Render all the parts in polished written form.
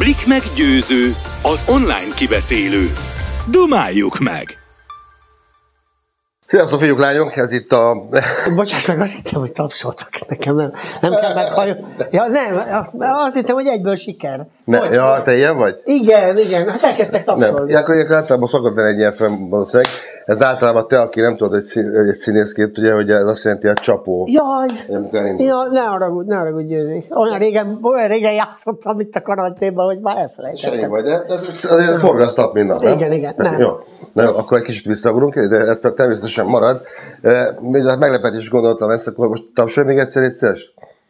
Blik meg Győző, az online kibeszélő. Dumáljuk meg! Sziasztok, fiúk, lányok, ez itt a... Bocsáss meg, azt hittem, hogy tapsoltak nekem, nem kell meghallani. Ja, nem, azt hittem, hogy egyből siker. Ja, te ilyen vagy? Igen, hát elkezdtek tapsolni. Nem, akkor általában szokott lenni egy ilyen fenn valószínűleg. Ez általában te, aki nem tudod, egy színészként, ugye, hogy ez azt jelenti, hogy csapó. Jaj, ne haragudj, Győzi. Olyan régen játszottam itt a karanténban, hogy már elfelejtettem. Semmi vagy, de azért forgasz nap minden nap, nem? Igen, nem. Jó. Na jó, akkor egy kicsit visszaugrunk, de ez természetesen marad. Meglepetés gondoltam ezt, akkor most tapsolj még egyszer egyszerűs?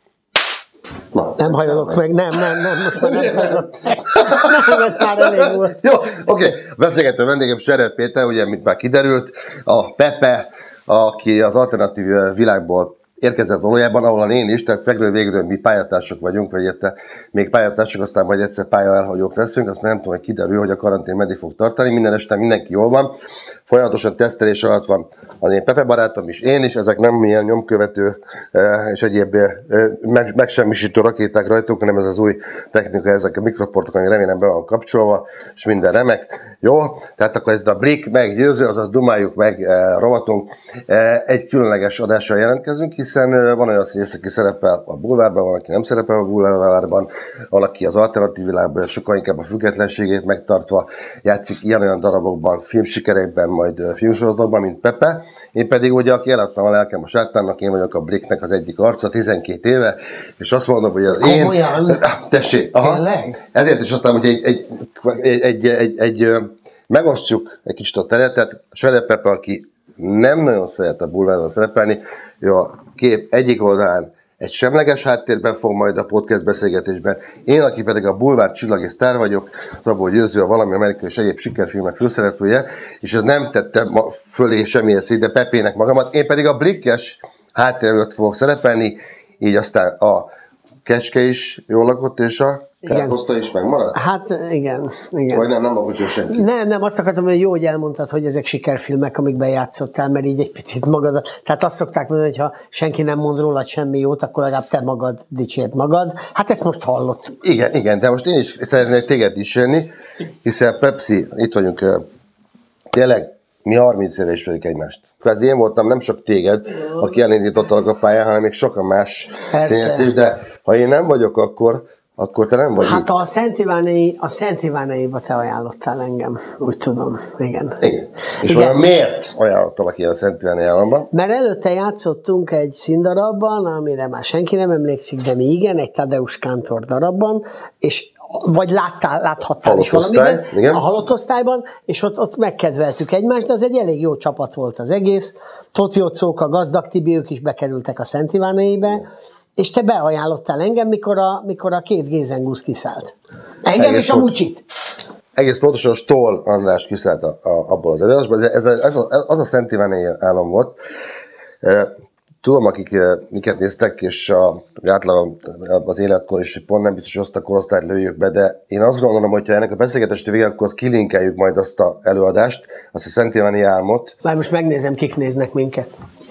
Nem hajolok meg, nem, most már nem hajolok meg. Nem, ez már elég volt. Jó, oké. Beszélgető vendégem Scherer Péter, ugye, mint már kiderült, a Pepe, aki az alternatív világból érkezett valójában, ahol én is, tehát szegről végről mi pályatársak vagyunk, vagy érte még pályatársak, aztán majd egyszer pályaelhagyók leszünk, azt nem tudom, hogy kiderül, hogy a karantén meddig fog tartani, minden este mindenki jól van, folyamatosan tesztelés alatt van az én Pepe barátom is, én is, ezek nem ilyen nyomkövető és egyéb megsemmisítő rakéták rajtuk, hanem ez az új technika, ezek a mikroportok, ami remélem be van kapcsolva, és minden remek. Jó, tehát akkor ez a Blik meg Győző, azaz dumáljuk meg rovatunk. Egy különleges adással jelentkezünk, hiszen van olyan színész, aki szerepel a bulvárban, van, aki nem szerepel a bulvárban, van, aki az alternatív világban sokkal inkább a függetlenségét megtartva játszik ilyen-olyan darabokban, filmsikerekben, majd filmsorozatokban, mint Pepe. Én pedig ugye, aki eladtam a lelkem a sátánnak, én vagyok a Bliknek az egyik arca, 12 éve, és azt mondom, hogy az én... Komolyan? Tessék, Tényleg? Ezért is aztán, hogy egy megosztjuk egy kicsit a teret, tehát Scherer Pepe, aki nem nagyon szeret a bulvárban szerepelni, ő a kép egyik oldalán egy semleges háttérben fog majd a podcast beszélgetésben. Én, aki pedig a bulvár csillagi sztár vagyok, Szabó Győző, a valami amerikai és egyéb sikerfilmek főszereplője, és ez nem tette fölé semmilyen szinte Pepének magamat. Én pedig a blikkes háttér előtt fogok szerepelni, így aztán a kecske is jól lakott, és a káposzta is megmaradt? Hát igen. Vagy nem lakott senki? Nem, azt akartam, hogy jó, hogy elmondtad, hogy ezek sikerfilmek, amikben játszottál, mert így egy picit magad. Tehát azt szokták mondani, hogy ha senki nem mond rólad semmi jót, akkor legalább te magad dicsérd magad. Hát ezt most hallottuk. Igen, de most én is szeretnék téged dicsérni, hiszen Pepsi, itt vagyunk, tényleg mi 30 éve ismerjük egymást. Kvázi én voltam, nem csak téged, aki elindítottalak a pályán, hanem még sokan más színészt is, de ha én nem vagyok, akkor te nem vagy. Hát a Szent Iváneiba te ajánlottál engem, úgy tudom, igen. És olyan miért ajánlottalak ilyen a Szent Ivánei államban? Mert előtte játszottunk egy színdarabban, amire már senki nem emlékszik, de mi igen, egy Tadeusz Kántor darabban, és vagy láthattál is valamiben, a halottosztályban, és ott megkedveltük egymást, de az egy elég jó csapat volt az egész. Tóth Jóczóka, Gazdag Tibi, ők is bekerültek a Szent Iváneibe, és te beajánlottál engem, mikor a két Gézengusz kiszállt. Engem és a Mucsit. Egész pontosan a Stoll András kiszállt abból az előadásból. Az a Szent Ivánei állam volt. Tudom, akik miket néztek, és általában az életkor is pont nem biztos, hogy azt a korosztályt lőjük be, de én azt gondolom, hogy ha ennek a beszélgetést vége, akkor kilinkeljük majd azt az előadást, azt a Szent Ivánei álmot. Már most megnézem, kik néznek minket.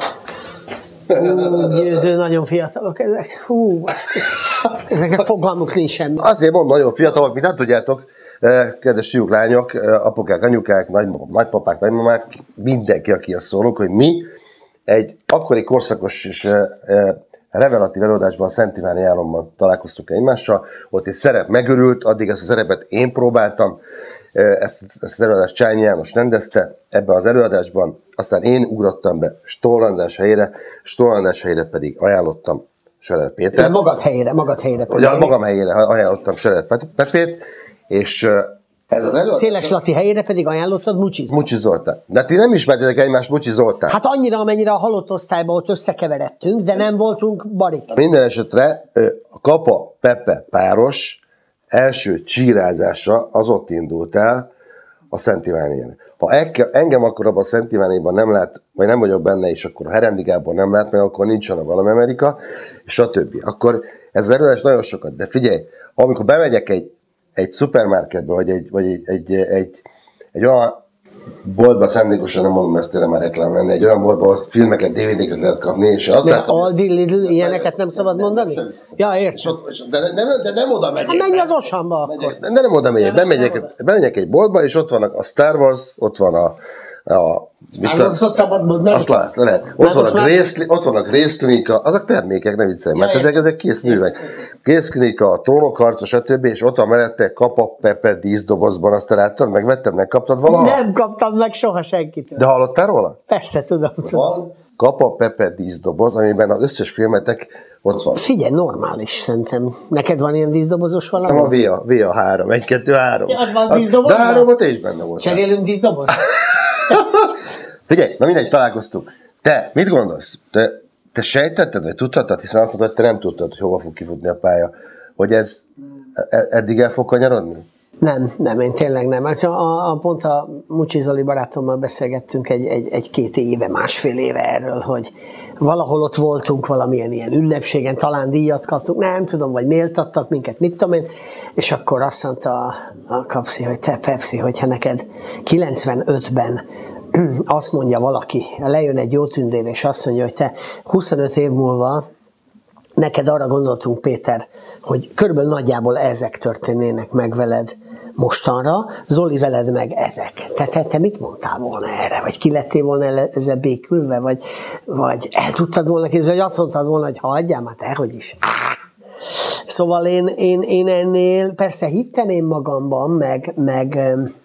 Győző, nagyon fiatalok ezek. Ezeknek fogalmuk nincs semmi. Azért mondom, nagyon fiatalok, mint nem tudjátok, kedves fiúk, lányok, apukák, anyukák, nagypapák, nagymamák, mindenki, aki ezt szólunk, hogy mi egy akkori korszakos és revelatív előadásban a Szent Ivánei államban találkoztunk egymással, ott egy szerep megörült, addig ezt a szerepet én próbáltam, ezt az előadást Csányi János rendezte ebben az előadásban, aztán én ugrottam be Stoll András helyére pedig ajánlottam Scherer Pétert. Magad helyére. Ugye magam helyére ajánlottam Scherer Pepét, és ez az előadás... Széles Laci helyére pedig ajánlottad Mucsi Zoltán. De ti nem ismertétek egymást, Mucsi Zoltán. Hát annyira, amennyire a halott osztályban ott összekeveredtünk, de nem voltunk barik. Minden esetre a Kapa Pepe páros első csírázása az ott indult el a Szent Iváneiben. Ha engem akkor abban a Szent Iváneiban nem lát, vagy nem vagyok benne, és akkor Herendi Gábor nem lát meg, akkor nincsen a Valami Amerika, és a többi. Akkor ez az előadás nagyon sokat. De figyelj, amikor bemegyek egy szupermarketbe, vagy egy olyan boltban szándékosan nem mondom, ezt tényleg már reklám lenne, egy olyan boltban, ahol filmeket, DVD-ket lehet kapni, és azt láttam... Aldi, Lidl, ilyeneket nem szabad mondani? Ja, értem. De nem oda megyek. Hát menj az Osamba akkor. De nem oda megyek, bemegyek egy boltba, és ott vannak a Star Wars, ott van a Star Wars-ot szabad mondani? Azt lehet. Ott van a Grészklinika, azok termékek, ne viccelj, mert ezek kész művek. Grészklinika, Trónokharca, stb. És ott van mellette Kapa Pepe díszdobozban, azt te láttad, megvetted, megkaptad valaha? Nem kaptam meg soha senkitől. De hallottál róla? Persze, tudom. Van Kapa Pepe díszdoboz, amiben az összes filmetek ott van. Figyelj, normális szerintem. Neked van ilyen díszdobozos valami? Nem, a VA3, 1, 2, 3. Ja, van díszdoboz? De 3-ot is benne volt. Cserélünk díszdoboz? Figyelj, na mindegy, találkoztunk. Te mit gondolsz? Te sejtetted, vagy tudhattad, hiszen azt mondtad, hogy te nem tudtad, hogy hova fog kifutni a pálya, hogy ez eddig el fog kanyarodni? Nem, én tényleg nem. Pont a Mucsi Zoli barátommal beszélgettünk egy-két éve, másfél éve erről, hogy valahol ott voltunk valamilyen ilyen ünnepségen, talán díjat kaptunk, nem tudom, vagy méltattak minket, mit tudom én, és akkor azt mondta a Kapszi, hogy te Pepsi, hogyha neked 95-ben azt mondja valaki, lejön egy jó tündér, és azt mondja, hogy te 25 év múlva neked arra gondoltunk, Péter, hogy körülbelül nagyjából ezek történnének meg veled mostanra, Zoli veled meg ezek. Te mit mondtál volna erre? Vagy ki lettél volna ezzel békülve? Vagy el tudtad volna képzelni, hogy azt mondtad volna, hogy hagyjál már te, hogy is. Szóval én ennél persze hittem én magamban, meg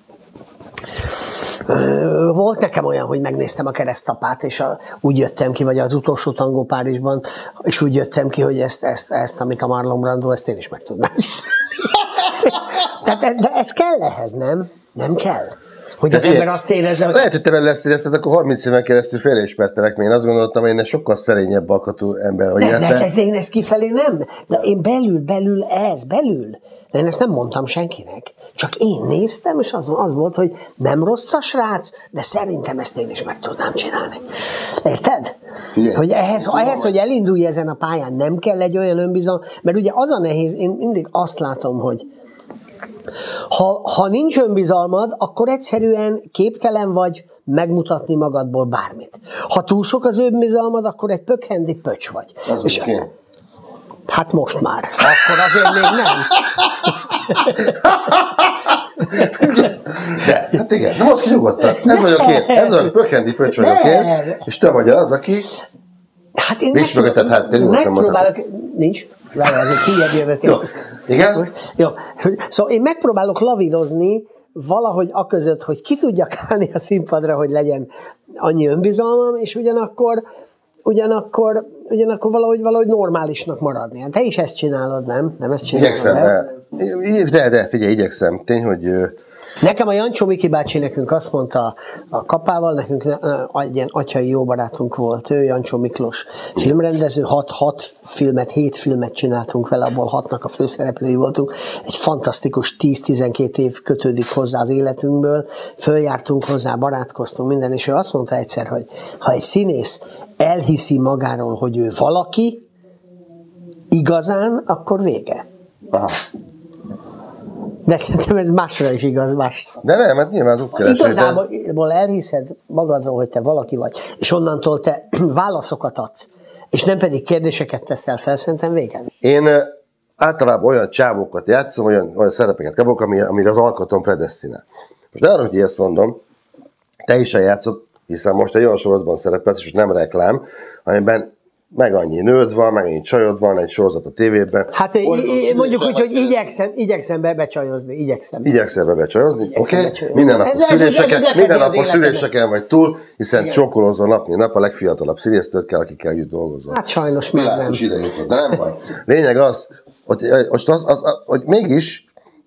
volt nekem olyan, hogy megnéztem a Keresztapát, és úgy jöttem ki, vagy az utolsó tangó Párizsban, és úgy jöttem ki, hogy ezt amit a Marlon Brando, ezt én is meg tudnám. De ez kell ehhez, nem? Nem kell? Hogy az ember azt érezze, hogy... Lehet, hogy te belőle ezt érezted, akkor 30 éven keresztül félreismertelek, mert én azt gondoltam, hogy én sokkal szerényebb alkatú ember vagy. Nem, én ezt kifelé nem. De én belül. De én ezt nem mondtam senkinek. Csak én néztem, és az volt, hogy nem rossz a srác, de szerintem ezt én is meg tudnám csinálni. Érted? Figyelj, hogy ehhez, hogy elindulj ezen a pályán, nem kell egy olyan önbizalom, mert ugye az a nehéz, én mindig azt látom, hogy ha nincs önbizalmad, akkor egyszerűen képtelen vagy megmutatni magadból bármit. Ha túl sok az önbizalmad, akkor egy pökhendi pöcs vagy. Az és hát most már. Akkor azért még nem. De, hát igen, nem ott nyugodtan. Ez vagyok én, ez a pökhendi pöcs vagyok én, és te vagy az, aki... Hát én nincs mögötted, hát te nyugodtan megpróbálok, nincs, várj, azért kijebb jövök. Jó, igen? Jó, szóval én megpróbálok lavírozni valahogy aközött, hogy ki tudjak állni a színpadra, hogy legyen annyi önbizalmam, és ugyanakkor valahogy normálisnak maradni. Hát te is ezt csinálod, nem? Nem ezt csinálod? Igyekszem, de figyelj, igyekszem. Tény, hogy... Nekem a Jancsó Miki bácsi nekünk azt mondta a Kapával, nekünk egy ilyen atyai jó barátunk volt, ő Jancsó Miklós filmrendező, 7 filmet csináltunk vele, abból 6-nak a főszereplői voltunk. Egy fantasztikus 10-12 év kötődik hozzá az életünkből, följártunk hozzá, barátkoztunk, minden, és ő azt mondta egyszer, hogy ha egy színész elhiszi magáról, hogy ő valaki, igazán, akkor vége. Aha. De szerintem ez másra is igaz, más. De nem, hát nyilván az útkeresés. Igazából elhiszed magadról, hogy te valaki vagy, és onnantól te válaszokat adsz, és nem pedig kérdéseket teszel fel, szerintem vége. Én általában olyan csávókat játszom, olyan szerepeket kapok, amire az alkatom predesztinál. Most arra, hogy ezt mondom, te is eljátszott, hiszen most egy olyan sorozatban szerepelsz, és nem reklám, amiben meg annyi nőd van, meg annyi csajod van, egy sorozat a tévében. Hát mondjuk úgy, hogy igyekszem becsajozni, igyekszem. Igyekszem becsajozni, oké? Minden nap a szüléseken vagy túl, hiszen csókolózol nap, mint nap a legfiatalabb színésztőkkel, akikkel együtt dolgozol. Hát sajnos már nem. De nem baj. Lényeg az, hogy mégis...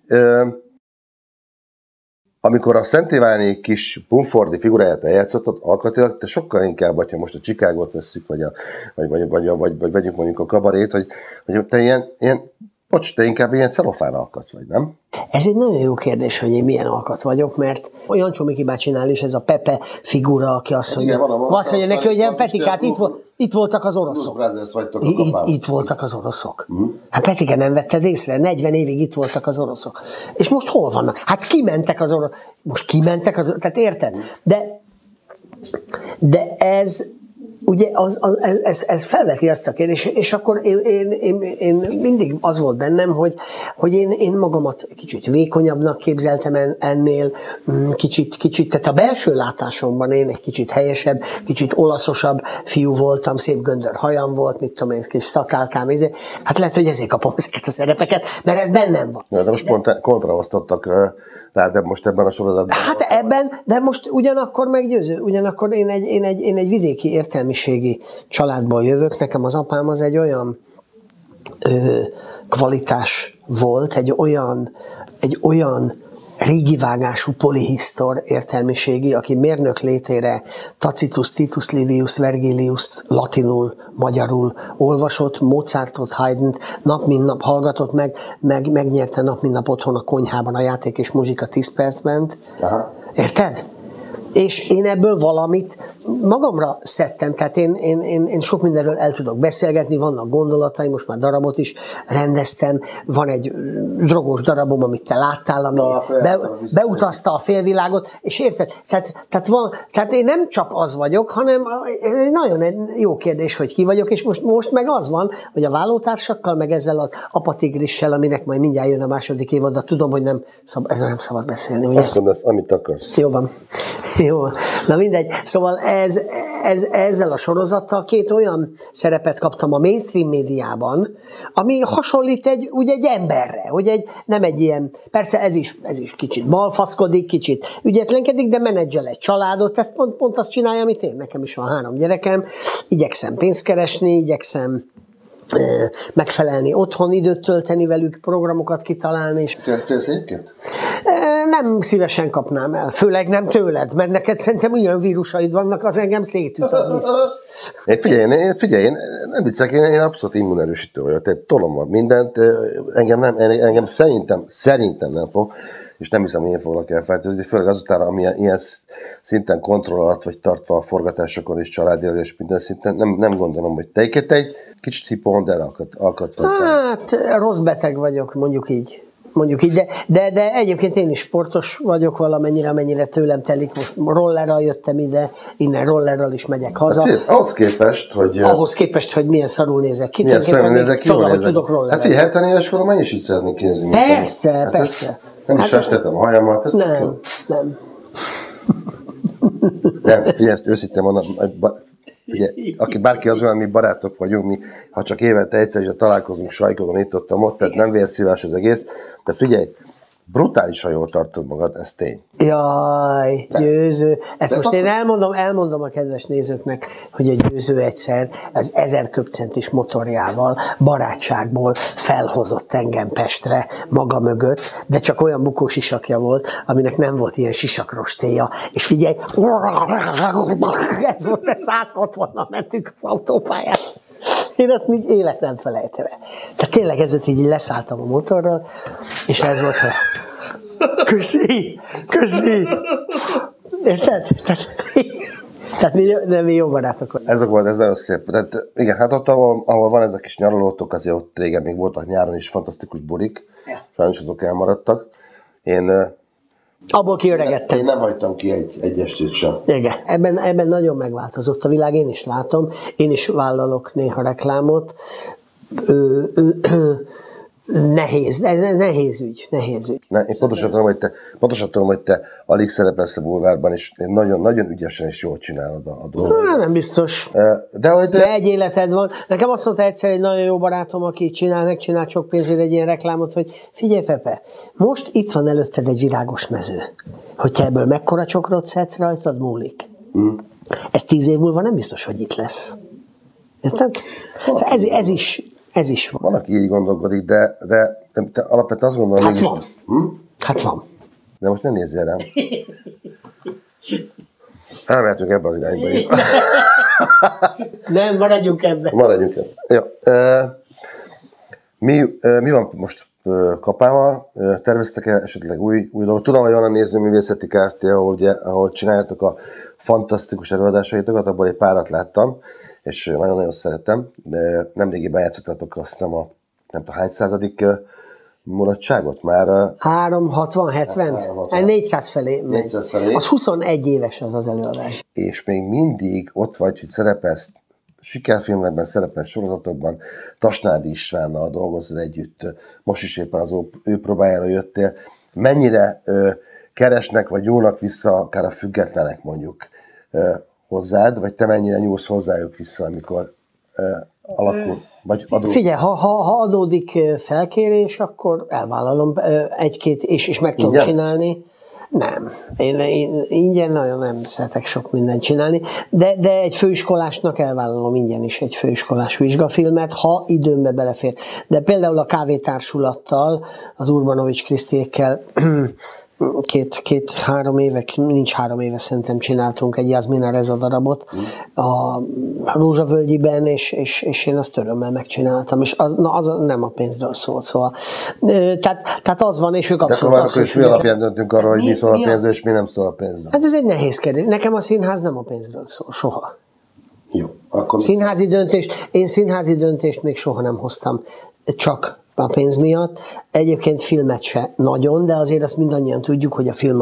Amikor a Szent Iványi kis Bumfordi figuráját eljátszottad, alkatilag te sokkal inkább, ha most a Chicagot vesszük, vagy vegyük mondjuk a kabarét, hogy te ilyen Bocs, te inkább ilyen celofán alkat vagy, nem? Ez egy nagyon jó kérdés, hogy én milyen alkat vagyok, mert olyan Csomiki bácsinál is ez a Pepe figura, aki azt mondja, neki, hogy Petikát, itt voltak az oroszok. Itt voltak az oroszok. Hát Petike, nem vetted észre? 40 évig itt voltak az oroszok. És most hol vannak? Hát kimentek az oroszok. Most kimentek az oroszok. Tehát érted? De ez... Ugye ez felveti azt a kérdést, és akkor én mindig az volt bennem, hogy én magamat kicsit vékonyabbnak képzeltem ennél, kicsit, tehát a belső látásomban én egy kicsit helyesebb, kicsit olaszosabb fiú voltam, szép göndör hajam volt, mit tudom én, kis szakálkám, hát lehet, hogy ezért kapom ezeket a szerepeket, mert ez bennem van. Ja, de most pont kontraosztottak rá, de most ebben a sorozatban... Hát ebben, de most ugyanakkor meggyőző, ugyanakkor én egy vidéki értelmiségi családból jövök, nekem az apám az egy olyan kvalitás volt, egy olyan régi vágású polihisztor értelmiségi, aki mérnök létére Tacitus, Titus Livius, Vergilius latinul, magyarul olvasott, Mozartot, Haydnt nap mint nap hallgatott megnyerte nap mint nap otthon a konyhában a játék és muzsika 10 percben. Aha. Érted? És én ebből valamit magamra szedtem, tehát én sok mindenről el tudok beszélgetni, vannak gondolataim, most már darabot is rendeztem, van egy drogos darabom, amit te láttál, ami beutazta a félvilágot, és érted? Tehát én nem csak az vagyok, hanem nagyon jó kérdés, hogy ki vagyok, és most meg az van, hogy a vállótársakkal, meg ezzel az apatigrissel, aminek majd mindjárt jön a második évad, de tudom, hogy ezzel nem szabad beszélni. Ugye? Azt mondasz, amit akarsz. Jó van. Jó, na mindegy. Szóval ezzel a sorozattal 2 olyan szerepet kaptam a mainstream médiában, ami hasonlít egy emberre, hogy nem egy ilyen, persze ez is kicsit balfaszkodik, kicsit ügyetlenkedik, de menedzsel egy családot, tehát pont azt csinálja, amit én. Nekem is van 3 gyerekem, igyekszem pénzt keresni, igyekszem megfelelni otthon, időt tölteni velük, programokat kitalálni. Félsz egyébként? Nem szívesen kapnám el, főleg nem tőled, mert neked szerintem olyan vírusaid vannak, az engem szétüt, az biztos. Figyelj, én nem viccek, én abszolút immunerősítő vagyok, tehát tolom van mindent, engem szerintem nem fog, és nem hiszem, hogy én foglak elfertőzni, főleg azután, ami ilyen szinten kontroll alatt vagy tartva a forgatásokon és családilag és minden szinten, nem gondolom, hogy te egy kicsit hipohonder alkat vagy. Hát rossz beteg vagyok, mondjuk így, de egyébként én is sportos vagyok valamennyire, amennyire tőlem telik. Most rollerral jöttem ide, innen rollerral is megyek haza. Hát, ahhoz képest, hogy milyen szarul nézek ki. Milyen szarul nézek ki, csoda, hogy tudok rollerezni. Hát figyelj, 70 éves korom, én is így szeretnék kinézni. Persze. Nem is festettem a hajamat. Nem. Nem, figyelj, őszintén mondom, ugye, bárki az olyan, mi barátok vagyunk, ha csak évente egyszer is találkozunk, sajkodon itt-ott, tehát nem vérszívás az egész, de figyelj, brutálisan jól tartod magad, ez tény. Jaj, Győző. Ezt most én elmondom a kedves nézőknek, hogy a Győző egyszer az 1000 köbcentis motorjával, barátságból felhozott engem Pestre maga mögött, de csak olyan bukós sisakja volt, aminek nem volt ilyen sisakrostéja. És figyelj, ez volt, 160-nal mentünk az autópályán. Én azt még élet nem felejtem el. Tehát tényleg ezért így leszálltam a motorral, és ez volt, hogy köszi. Érted? Tehát mi jó barátok vagyunk. Ez nagyon szép. Tehát, igen, hát ott, ahol van ez a kis nyaralótok, azért ott régen még voltak nyáron is fantasztikus bulik. Sajnos azok elmaradtak. Abból kiöregettem. Én nem hagytam ki egy estét sem. Igen, ebben nagyon megváltozott a világ, én is látom, én is vállalok néha reklámot. Nehéz, ez nehéz ügy. Én pontosan tudom, hogy te alig szerepelsz a bulvárban, és nagyon ügyesen és jól csinálod a dolgot. Nem biztos. De egy életed van. Nekem azt mondta egyszer egy nagyon jó barátom, aki megcsinált sok pénzért egy ilyen reklámot, hogy figyelj Pepe, most itt van előtted egy virágos mező. Hogy te ebből mekkora csokrot szedsz rajtad, múlik. Ez 10 év múlva nem biztos, hogy itt lesz. Érted? Ez is van. Van, aki így gondolkodik, de te alapvetően azt gondolom, hogy... Hát van. De most nem nézzél rám. Elmehetünk ebbe az irányba is. Nem, maradjunk ebbe. Jó. Mi van most Kapával? Terveztek-e esetleg új dolgot? Tudom, hogy van a Nézőművészeti Kft., ahol csináljátok a fantasztikus előadásaitokat, abban egy párat láttam, és nagyon-nagyon szeretem, de nemrégiben játszottátok azt nem tudom, hány századik mulatságot már? 360, 70? 400 felé. 400 felé. Az 21 éves az előadás. És még mindig ott vagy, hogy szerepelsz sikerfilmekben, szerepelsz sorozatokban, Tasnádi Istvánnal dolgozol együtt, most is éppen az ő próbájára jöttél. Mennyire keresnek, vagy nyúlnak vissza akár a függetlenek mondjuk hozzád, vagy te mennyire nyúlsz hozzájuk vissza, amikor alakul, vagy adódik? Figyelj, ha adódik felkérés, akkor elvállalom egy-két, és meg tudom csinálni. Nem. Én ingyen nagyon nem szeretek sok mindent csinálni, de egy főiskolásnak elvállalom ingyen is egy főiskolás vizsgafilmet, ha időmbe belefér. De például a Kávétársulattal, az Urbanovics Krisztiékkel két-három évek, nincs 3 éve szerintem csináltunk egy Jasmina Reza darabot a Rózsavölgyiben, és én azt örömmel megcsináltam, és az nem a pénzről szólt, szóval. Tehát az van, és ők abszolút... De akkor is mi alapján döntünk arról, hogy mi szól a pénzről, és mi nem szól a pénzről? Hát ez egy nehéz kérdés. Nekem a színház nem a pénzről szól, soha. Jó, akkor... Én színházi döntést még soha nem hoztam, csak a pénz miatt. Egyébként filmet se nagyon, de azért azt mindannyian tudjuk, hogy a film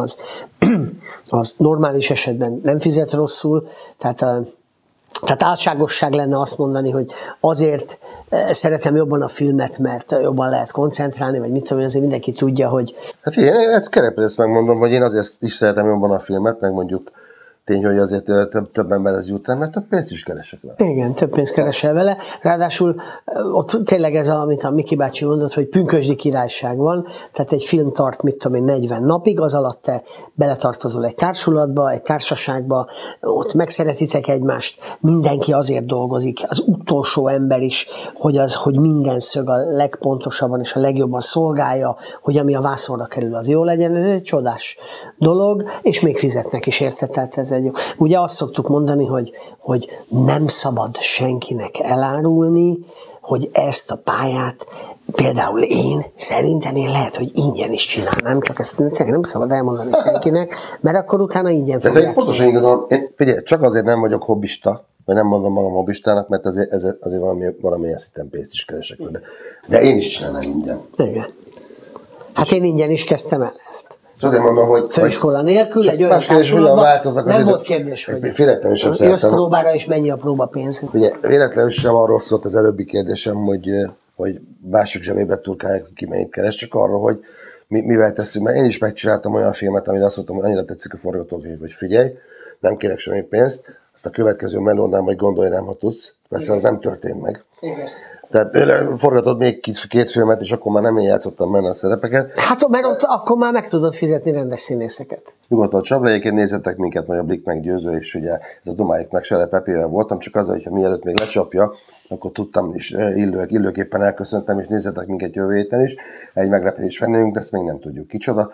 az normális esetben nem fizet rosszul, tehát álságosság lenne azt mondani, hogy azért szeretem jobban a filmet, mert jobban lehet koncentrálni, vagy mit tudom, azért mindenki tudja, hogy... Hát én ezt kereprész megmondom, hogy én azért is szeretem jobban a filmet, meg mondjuk tény, hogy azért több emberhez jut el, mert több pénzt is keresek vele. Igen, több pénzt keresel vele. Ráadásul ott tényleg ez, amit a Miki bácsi mondott, hogy pünkösdi királyság van, tehát egy film tart, mit tudom én, 40 napig, az alatt te beletartozol egy társulatba, egy társaságba, ott megszeretitek egymást, mindenki azért dolgozik, az utolsó ember is, hogy minden szög a legpontosabban és a legjobban szolgálja, hogy ami a vászonra kerül, az jó legyen. Ez egy csodás dolog, és még fizetnek is érte, tehát ez egy... Ugye azt szoktuk mondani, hogy nem szabad senkinek elárulni, hogy ezt a pályát például szerintem lehet, hogy ingyen is csinálnám, csak ezt nem szabad elmondani senkinek, mert akkor utána ingyen fogják. Tehát pontosan igazán, figyelj, csak azért nem vagyok hobbista, vagy nem mondom magam hobbistának, mert azért valamilyen szinten pénzt is keresek vele. De én is csinálnám ingyen. Igen. Hát én ingyen is kezdtem el ezt. És azért mondom, hogy... Főiskola nélkül, egy olyan társulatban nem volt kérdés, hogy jössz próbára, és mennyi a próbapénz. Ugye, véletlenül sem arról szólt az előbbi kérdésem, hogy mások zsebébe turkálják, ki mennyit keres, csak arról, hogy mivel tesszük. Mert én is megcsináltam olyan filmet, amire azt mondtam, hogy annyira tetszik a forgatókönyv, hogy figyelj, nem kérek semmi pénzt, azt a következő melónál majd gondolj rám, ha tudsz. Persze az nem történt meg. Igen. Tehát forgatod még 2 filmet, és akkor már nem én játszottam benne a szerepeket. Hát mert ott akkor már meg tudod fizetni rendes színészeket. Nyugodtan Csabra, egyébként nézzetek minket, majd a Blik meggyőző, és ugye ez a Dumáljuk meg Sele Pepével voltam, csak az, hogyha mielőtt még lecsapja, akkor tudtam is, illőképpen elköszöntem, és nézzetek minket jövő héten is. Egy meglepetés vendégünk, de ezt még nem tudjuk kicsoda,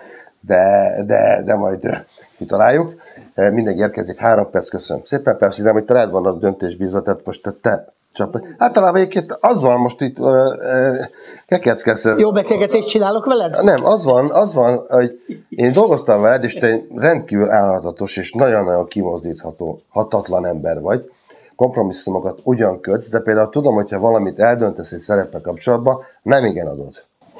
de majd kitaláljuk. Mindenki érkezik, 3 perc, köszönöm szépen. Persze, de hogy te rád van a döntésbízva, tehát most te általában egyébként az van most itt, kekeckesz. Jó beszélgetést csinálok veled? Nem, az van, hogy én dolgoztam veled, és te rendkívül állhatatos és nagyon-nagyon kimozdítható, hatatlan ember vagy. Kompromisszumokat ugyan kötsz, de például tudom, hogyha valamit eldöntesz egy szereppel kapcsolatban, nem igen adod.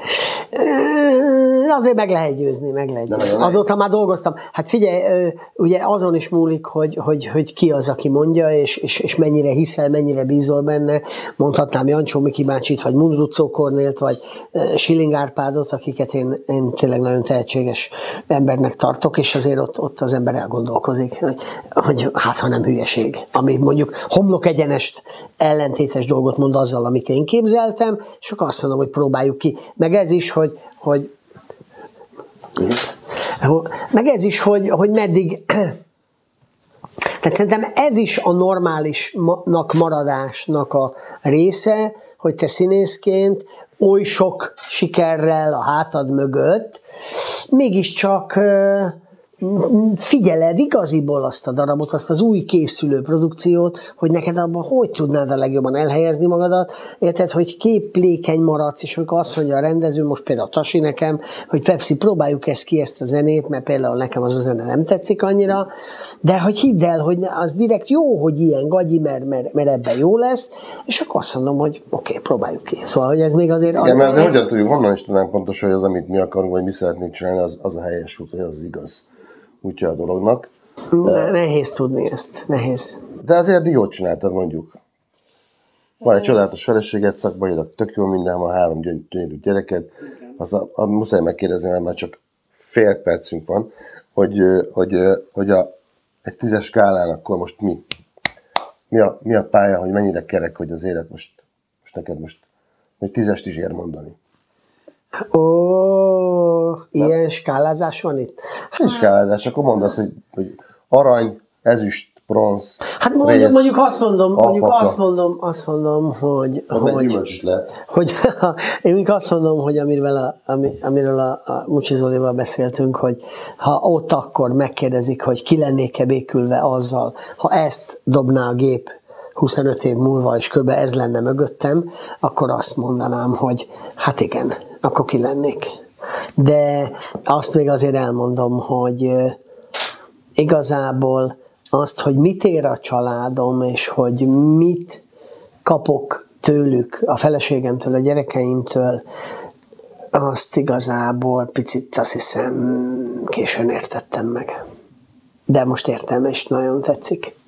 Azért meg lehet győzni. Azóta már dolgoztam. Hát figyelj, ugye azon is múlik, hogy ki az, aki mondja, és mennyire hiszel, mennyire bízol benne. Mondhatnám Jancsó Miki bácsit, vagy Mundruczó Kornélt, vagy Schilling Árpádot, akiket én tényleg nagyon tehetséges embernek tartok, és azért ott az ember elgondolkozik, hogy hát ha nem hülyeség. Ami mondjuk homlok egyenest ellentétes dolgot mond azzal, amit én képzeltem, és akkor azt mondom, hogy próbáljuk ki. Meg ez is, hogy meddig, tehát szerintem ez is a normálisnak maradásnak a része, hogy te színészként oly sok sikerrel a hátad mögött, mégiscsak figyeled igaziból azt a darabot, azt az új készülő produkciót, hogy neked abban hogy tudnád a legjobban elhelyezni magadat, érted, hogy képlékeny maradsz, és amikor azt mondja a rendező, most például Tasi nekem, hogy Pepsi, próbáljuk ezt a zenét, mert például nekem az a zene nem tetszik annyira, de hogy hidd el, hogy az direkt jó, hogy ilyen gagyi, mert ebben jó lesz, és akkor azt mondom, hogy oké, próbáljuk ki. Szóval, hogy ez még azért... Igen, mert azért hogyan tudjuk, honnan is tudnánk pontosan, hogy az, amit mi akarunk, vagy mi szeretnénk csinálni, az a helyes út, vagy az igaz útja a dolognak. Nehéz tudni ezt, nehéz. De azért jót csináltad, mondjuk. Van egy csodálatos feleséged, szakmailag tök jó minden, van 3 gyönyörű gyereked. Muszáj megkérdezni, mert már csak fél percünk van, hogy egy 10-es skálán akkor most mi a pálya, hogy mennyire kerek, hogy az élet most neked most 10-est is ér mondani. Ilyen skálázás van itt? Nincs skálázás, akkor mondd azt, hogy arany, ezüst, bronz. Hát mondjuk azt mondom, hogy én mondjuk azt mondom, hogy amiről a Mucsi Zolival beszéltünk, hogy ha ott akkor megkérdezik, hogy ki lennék-e békülve azzal, ha ezt dobná a gép 25 év múlva, és kb. Ez lenne mögöttem, akkor azt mondanám, hogy hát igen, akkor ki lennék. De azt még azért elmondom, hogy igazából azt, hogy mit ér a családom, és hogy mit kapok tőlük, a feleségemtől, a gyerekeimtől, azt igazából picit azt hiszem későn értettem meg. De most értem, és nagyon tetszik.